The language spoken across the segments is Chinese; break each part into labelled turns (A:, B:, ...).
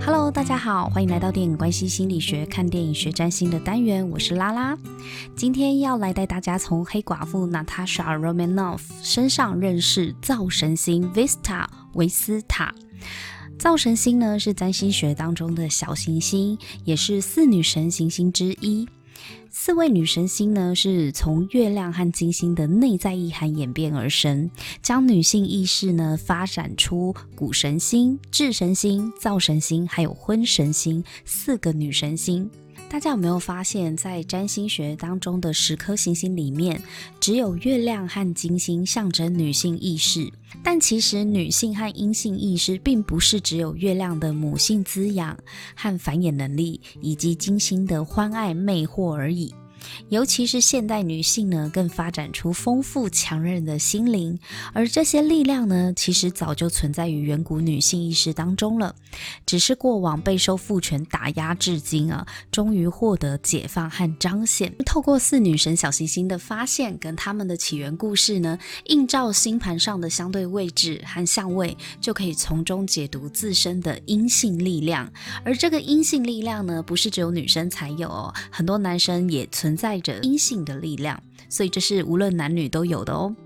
A: Hello， 大家好，欢迎来到电影关系心理学，看电影学占星的单元，我是拉拉。今天要来带大家从黑寡妇 Natasha Romanoff 身上认识灶神星 Vesta 维斯塔。灶神星呢是占星学当中的小行星，也是4女神行星之一。4位女神星呢是从月亮和金星的内在意涵演变而生，将女性意识呢发展出谷神星、智神星、灶神星还有婚神星4个女神星。大家有没有发现，在占星学当中的10颗行星里面，只有月亮和金星象征女性意识，但其实女性和阴性意识并不是只有月亮的母性滋养和繁衍能力，以及金星的欢爱魅惑而已。尤其是现代女性呢，更发展出丰富强韧的心灵，而这些力量呢，其实早就存在于远古女性意识当中了，只是过往备受父权打压至今终于获得解放和彰显。透过4女神小行星的发现跟他们的起源故事呢，映照星盘上的相对位置和相位，就可以从中解读自身的阴性力量。而这个阴性力量呢，不是只有女生才有很多男生也存在着阴性的力量，所以这是无论男女都有的哦。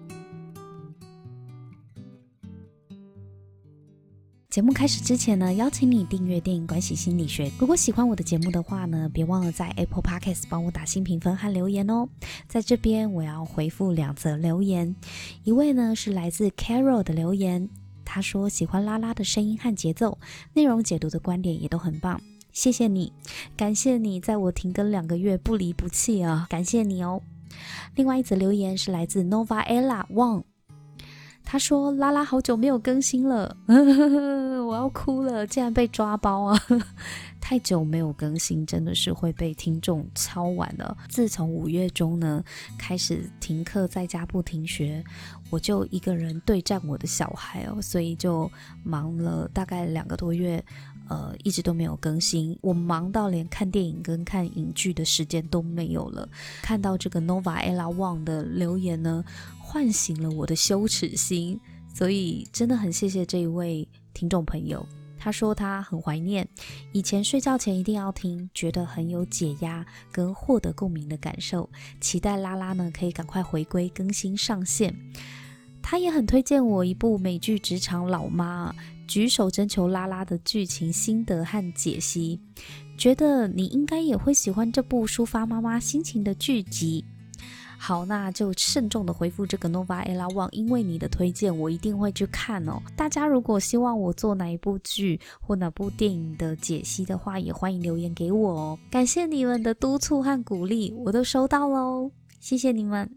A: 节目开始之前呢，邀请你订阅电影关系心理学。如果喜欢我的节目的话呢，别忘了在 Apple Podcast 帮我打新评分和留言哦。在这边我要回复2则留言，一位呢是来自 Carol 的留言，他说喜欢拉拉的声音和节奏，内容解读的观点也都很棒。谢谢你，感谢你在我停更2个月不离不弃感谢你哦。另外一则留言是来自 Novaella Wang， 他说拉拉好久没有更新了我要哭了，竟然被抓包太久没有更新真的是会被听众敲完了。自从5月中呢开始停课，在家不停学，我就一个人对战我的小孩所以就忙了大概2个多月，一直都没有更新。我忙到连看电影跟看影剧的时间都没有了。看到这个 Novaella Wang 的留言呢，唤醒了我的羞耻心，所以真的很谢谢这一位听众朋友。他说他很怀念以前睡觉前一定要听，觉得很有解压跟获得共鸣的感受，期待拉拉呢可以赶快回归更新上线。他也很推荐我一部美剧《职场老妈》，举手征求拉拉的剧情心得和解析，觉得你应该也会喜欢这部抒发妈妈心情的剧集。好，那就慎重的回复这个 Novaella Wang， 因为你的推荐我一定会去看大家如果希望我做哪一部剧或哪部电影的解析的话，也欢迎留言给我感谢你们的督促和鼓励，我都收到咯，谢谢你们。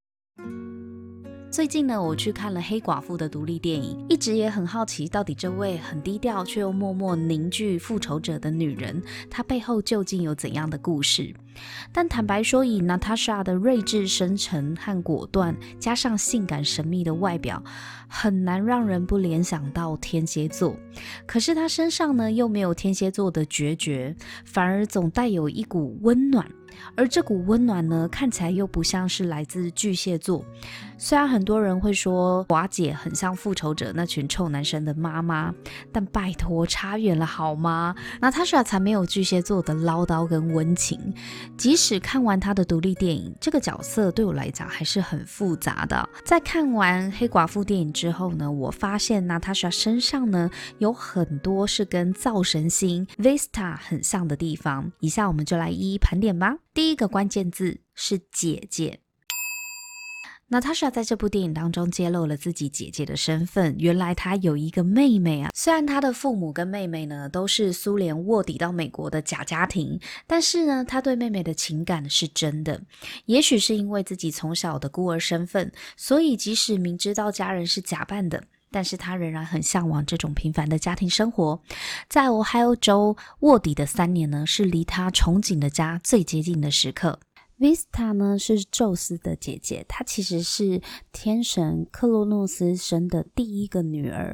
A: 最近呢，我去看了黑寡妇的独立电影，一直也很好奇到底这位很低调却又默默凝聚复仇者的女人，她背后究竟有怎样的故事。但坦白说，以 Natasha 的睿智深沉和果断，加上性感神秘的外表，很难让人不联想到天蝎座。可是她身上呢，又没有天蝎座的决绝，反而总带有一股温暖，而这股温暖呢，看起来又不像是来自巨蟹座。虽然很多人会说寡姐很像复仇者那群臭男生的妈妈，但拜托差远了好吗？ Natasha 才没有巨蟹座的唠叨跟温情。即使看完她的独立电影，这个角色对我来讲还是很复杂的。在看完黑寡妇电影之后呢，我发现 Natasha 身上呢有很多是跟灶神星 Vesta 很像的地方，以下我们就来一一盘点吧。第一个关键字是姐姐。Natasha 在这部电影当中揭露了自己姐姐的身份，原来她有一个妹妹虽然她的父母跟妹妹呢都是苏联卧底到美国的假家庭，但是呢她对妹妹的情感是真的。也许是因为自己从小的孤儿身份，所以即使明知道家人是假扮的，但是她仍然很向往这种平凡的家庭生活。在Ohio州卧底的3年呢，是离她憧憬的家最接近的时刻。Vesta 呢是宙斯的姐姐，她其实是天神克洛诺斯生的第1个女儿。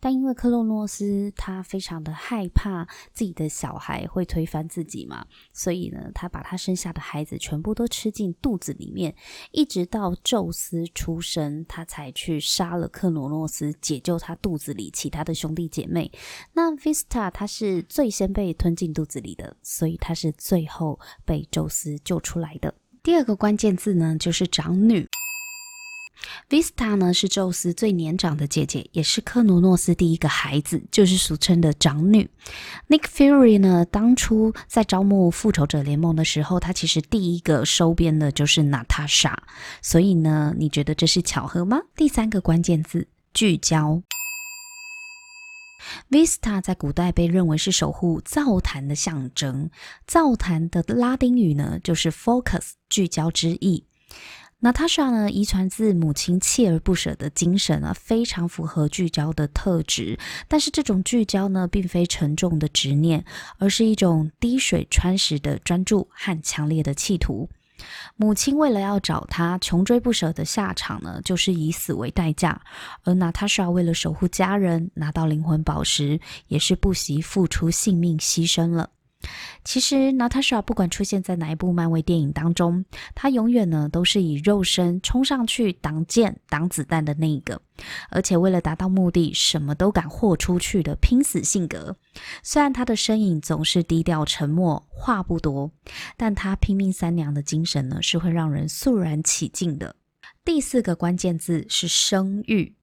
A: 但因为克洛诺斯他非常的害怕自己的小孩会推翻自己嘛，所以呢，他把他生下的孩子全部都吃进肚子里面，一直到宙斯出生，他才去杀了克罗诺斯，解救他肚子里其他的兄弟姐妹。那 Vesta 他是最先被吞进肚子里的，所以他是最后被宙斯救出来的。第二个关键字呢，就是长女。Vesta 呢是宙斯最年长的姐姐，也是克罗诺斯第一个孩子，就是俗称的长女。Nick Fury 呢，当初在招募复仇者联盟的时候，他其实第一个收编的就是 Natasha， 所以呢，你觉得这是巧合吗？第三个关键字，聚焦。Vesta 在古代被认为是守护灶坛的象征，灶坛的拉丁语呢就是 focus， 聚焦之意。Natasha 呢，遗传自母亲锲而不舍的精神啊，非常符合聚焦的特质。但是这种聚焦呢，并非沉重的执念，而是一种滴水穿石的专注和强烈的企图。母亲为了要找他，穷追不舍的下场呢，就是以死为代价。而 Natasha 为了守护家人，拿到灵魂宝石，也是不惜付出性命牺牲了。其实 Natasha 不管出现在哪一部漫威电影当中，她永远呢都是以肉身冲上去挡箭挡子弹的那一个，而且为了达到目的什么都敢豁出去的拼死性格。虽然她的身影总是低调沉默，话不多，但她拼命三娘的精神呢是会让人肃然起敬的。第四个关键字是生育。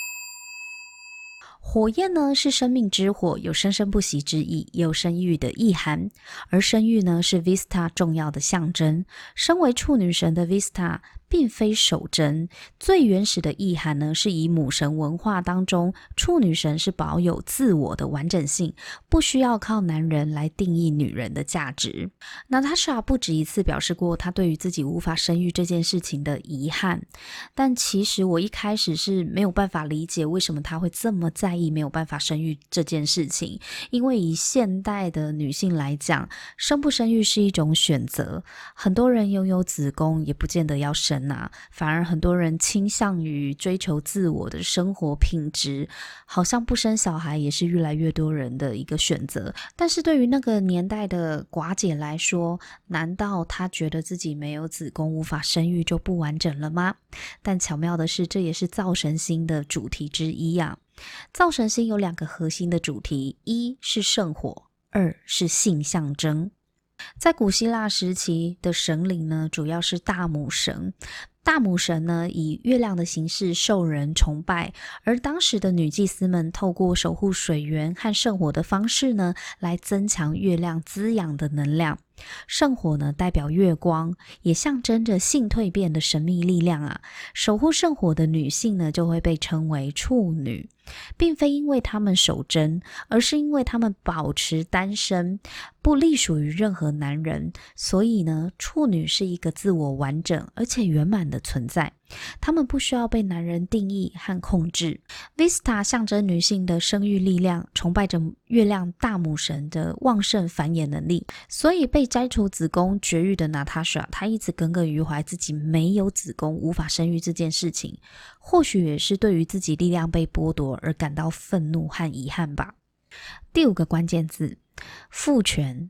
A: 火焰呢是生命之火，有生生不息之意，也有生育的意涵。而生育呢是 Vesta 重要的象征。身为处女神的 Vesta 并非守贞，最原始的意涵呢是以母神文化当中，处女神是保有自我的完整性，不需要靠男人来定义女人的价值。Natasha 不止一次表示过她对于自己无法生育这件事情的遗憾，但其实我一开始是没有办法理解为什么她会这么在意没有办法生育这件事情，因为以现代的女性来讲，生不生育是一种选择，很多人拥有子宫也不见得要生啊，反而很多人倾向于追求自我的生活品质，好像不生小孩也是越来越多人的一个选择。但是对于那个年代的寡姐来说，难道她觉得自己没有子宫无法生育就不完整了吗？但巧妙的是，这也是灶神星的主题之一啊。灶神星有两个核心的主题，一是圣火，二是性象征。在古希腊时期的神灵呢，主要是大母神。大母神呢，以月亮的形式受人崇拜，而当时的女祭司们透过守护水源和圣火的方式呢，来增强月亮滋养的能量。圣火呢，代表月光，也象征着性蜕变的神秘力量啊。守护圣火的女性呢，就会被称为处女，并非因为她们守贞，而是因为她们保持单身，不隶属于任何男人。所以呢，处女是一个自我完整而且圆满的存在，她们不需要被男人定义和控制。Vesta 象征女性的生育力量，崇拜着月亮大母神的旺盛繁衍能力，所以被摘除子宫绝育的 Natasha， 她一直耿耿于怀自己没有子宫无法生育这件事情，或许也是对于自己力量被剥夺而感到愤怒和遗憾吧。第五个关键字，父权。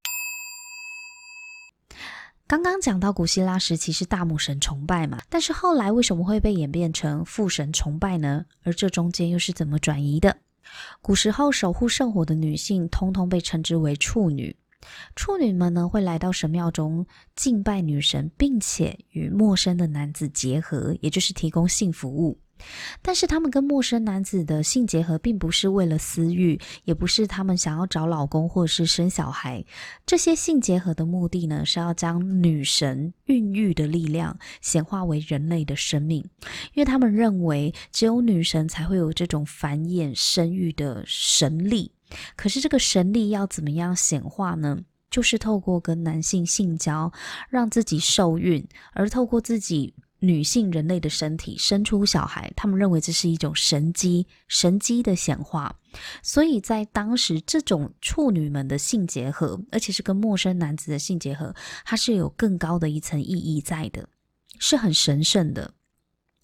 A: 刚刚讲到古希腊时期是大母神崇拜嘛，但是后来为什么会被演变成父神崇拜呢？而这中间又是怎么转移的？古时候守护圣火的女性通通被称之为处女。处女们呢，会来到神庙中敬拜女神，并且与陌生的男子结合，也就是提供性服务。但是他们跟陌生男子的性结合并不是为了私欲，也不是他们想要找老公或是生小孩。这些性结合的目的呢，是要将女神孕育的力量显化为人类的生命，因为他们认为只有女神才会有这种繁衍生育的神力。可是这个神力要怎么样显化呢？就是透过跟男性性交，让自己受孕，而透过自己女性人类的身体生出小孩，他们认为这是一种神机的显化。所以在当时，这种处女们的性结合，而且是跟陌生男子的性结合，它是有更高的一层意义在的，是很神圣的。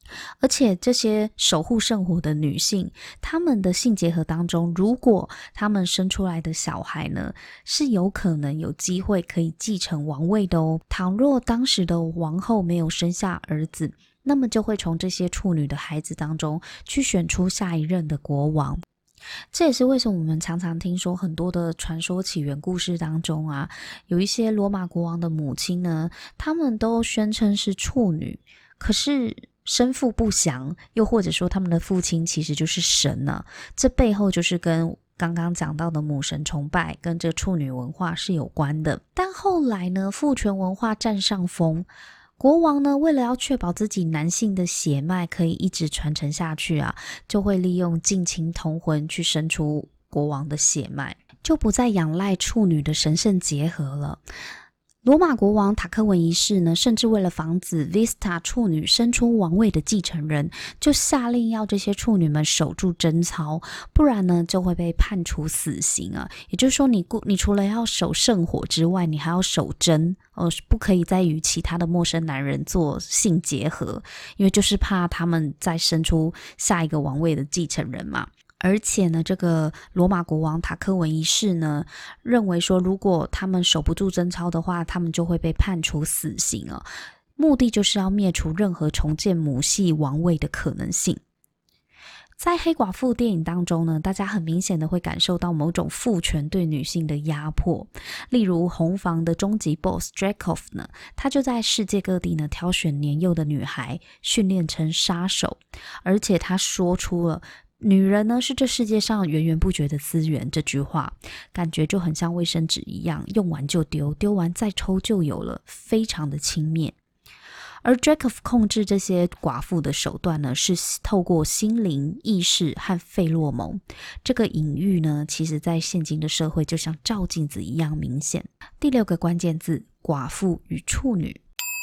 A: 而且这些守护圣火的女性，她们的性结合当中，如果她们生出来的小孩呢，是有可能有机会可以继承王位的哦。倘若当时的王后没有生下儿子，那么就会从这些处女的孩子当中去选出下一任的国王。这也是为什么我们常常听说很多的传说起源故事当中啊，有一些罗马国王的母亲呢，他们都宣称是处女，可是生父不详，又或者说他们的父亲其实就是神呢，这背后就是跟刚刚讲到的母神崇拜跟这个处女文化是有关的。但后来呢，父权文化占上风，国王呢，为了要确保自己男性的血脉可以一直传承下去啊，就会利用近亲通婚去生出国王的血脉，就不再仰赖处女的神圣结合了。罗马国王塔克文一世呢，甚至为了防止 Vesta 处女生出王位的继承人，就下令要这些处女们守住贞操，不然呢就会被判处死刑啊。也就是说你除了要守圣火之外，你还要守贞，不可以再与其他的陌生男人做性结合，因为就是怕他们再生出下一个王位的继承人嘛。而且呢，这个罗马国王塔克文一世呢，认为说如果他们守不住贞操的话，他们就会被判处死刑啊。目的就是要灭除任何重建母系王位的可能性。在黑寡妇电影当中呢，大家很明显的会感受到某种父权对女性的压迫。例如红房的终极 BOSS Dreykov 呢，他就在世界各地呢挑选年幼的女孩，训练成杀手，而且他说出了女人呢是这世界上源源不绝的资源这句话，感觉就很像卫生纸一样，用完就丢，丢完再抽就有了，非常的轻蔑。而 Dreykov 控制这些寡妇的手段呢，是透过心灵、意识和费洛蒙。这个隐喻呢，其实在现今的社会就像照镜子一样明显。第6个关键字，寡妇与处女。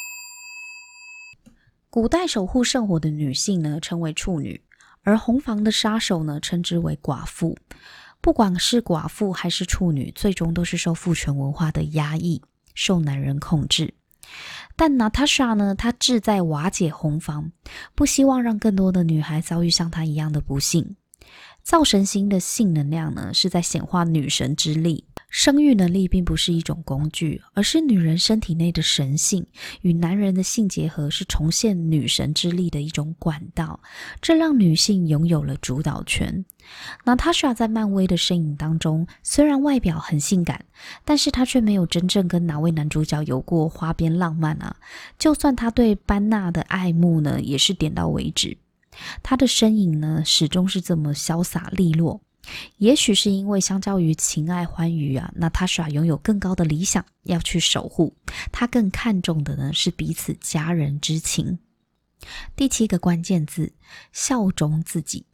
A: 古代守护圣火的女性呢，称为处女，而红房的杀手呢，称之为寡妇。不管是寡妇还是处女，最终都是受父权文化的压抑，受男人控制。但 Natasha 呢，她志在瓦解红房，不希望让更多的女孩遭遇像她一样的不幸。造神星的性能量呢，是在显化女神之力。生育能力并不是一种工具，而是女人身体内的神性，与男人的性结合是重现女神之力的一种管道，这让女性拥有了主导权。Natasha 在漫威的身影当中，虽然外表很性感，但是她却没有真正跟哪位男主角有过花边浪漫啊。就算她对班纳的爱慕呢，也是点到为止。她的身影呢，始终是这么潇洒利落。也许是因为相较于情爱欢愉啊，Natasha 拥有更高的理想要去守护，她更看重的呢是彼此家人之情。第7个关键字，效忠自己。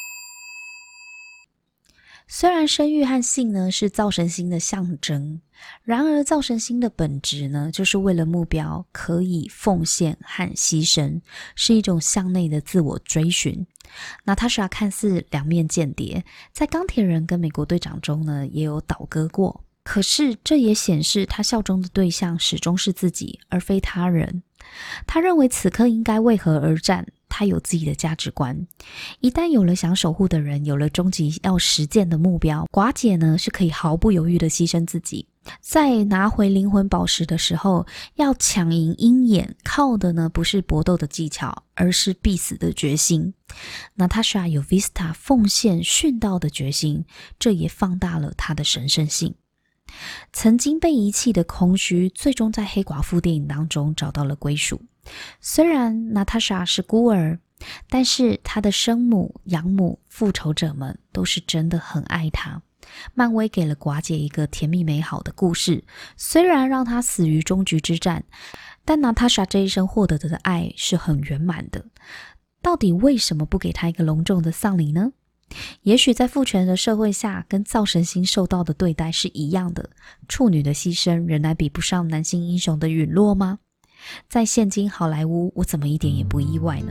A: 虽然生育和性呢是造神星的象征，然而造神星的本质呢，就是为了目标可以奉献和牺牲，是一种向内的自我追寻。Natasha 看似两面间谍，在钢铁人跟美国队长中呢也有倒戈过，可是这也显示他效忠的对象始终是自己，而非他人。他认为此刻应该为何而战，他有自己的价值观。一旦有了想守护的人，有了终极要实践的目标，寡姐呢是可以毫不犹豫的牺牲自己。在拿回灵魂宝石的时候，要抢赢鹰眼，靠的呢不是搏斗的技巧，而是必死的决心。Natasha 有 Vesta 奉献殉道的决心，这也放大了她的神圣性。曾经被遗弃的空虚，最终在黑寡妇电影当中找到了归属。虽然 Natasha 是孤儿，但是她的生母、养母、复仇者们都是真的很爱她。漫威给了寡姐一个甜蜜美好的故事，虽然让她死于终局之战，但 Natasha 这一生获得的爱是很圆满的。到底为什么不给她一个隆重的丧礼呢？也许在父权的社会下，跟造神星受到的对待是一样的，处女的牺牲仍然比不上男性英雄的陨落吗？在现今好莱坞，我怎么一点也不意外呢？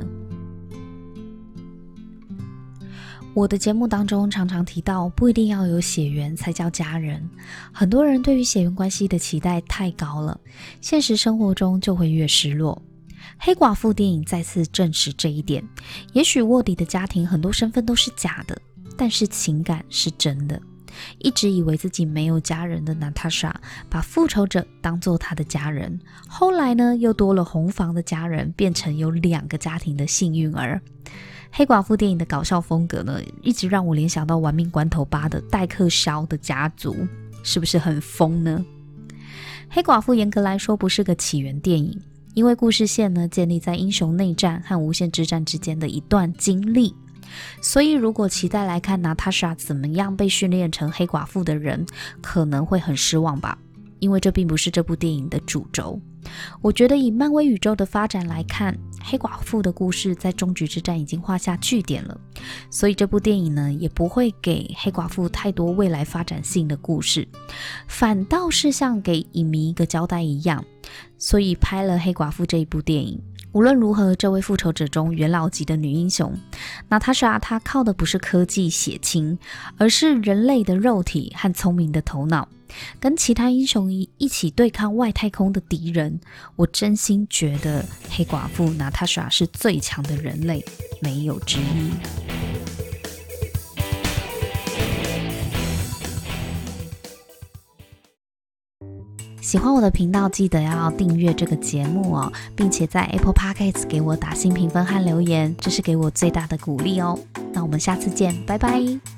A: 我的节目当中常常提到，不一定要有血缘才叫家人。很多人对于血缘关系的期待太高了，现实生活中就会越失落。 黑寡妇电影再次证实这一点，也许卧底的家庭很多身份都是假的，但是情感是真的。一直以为自己没有家人的娜塔莎，把复仇者当作她的家人，后来呢又多了红房的家人，变成有2个家庭的幸运儿。黑寡妇电影的搞笑风格呢，一直让我联想到玩命关头8的戴克肖的家族，是不是很疯呢？黑寡妇严格来说不是个起源电影，因为故事线呢建立在英雄内战和无限之战之间的一段经历，所以如果期待来看娜塔莎怎么样被训练成黑寡妇的人，可能会很失望吧，因为这并不是这部电影的主轴。我觉得以漫威宇宙的发展来看，黑寡妇的故事在终局之战已经画下句点了，所以这部电影呢也不会给黑寡妇太多未来发展性的故事，反倒是像给影迷一个交代一样，所以拍了黑寡妇这一部电影。无论如何，这位复仇者中元老级的女英雄娜塔莎，她靠的不是科技血清，而是人类的肉体和聪明的头脑，跟其他英雄一起对抗外太空的敌人。我真心觉得黑寡妇娜塔莎是最强的人类，没有之一。喜欢我的频道，记得要订阅这个节目哦，并且在 Apple Podcast 给我打新评分和留言，这是给我最大的鼓励哦。那我们下次见，拜拜。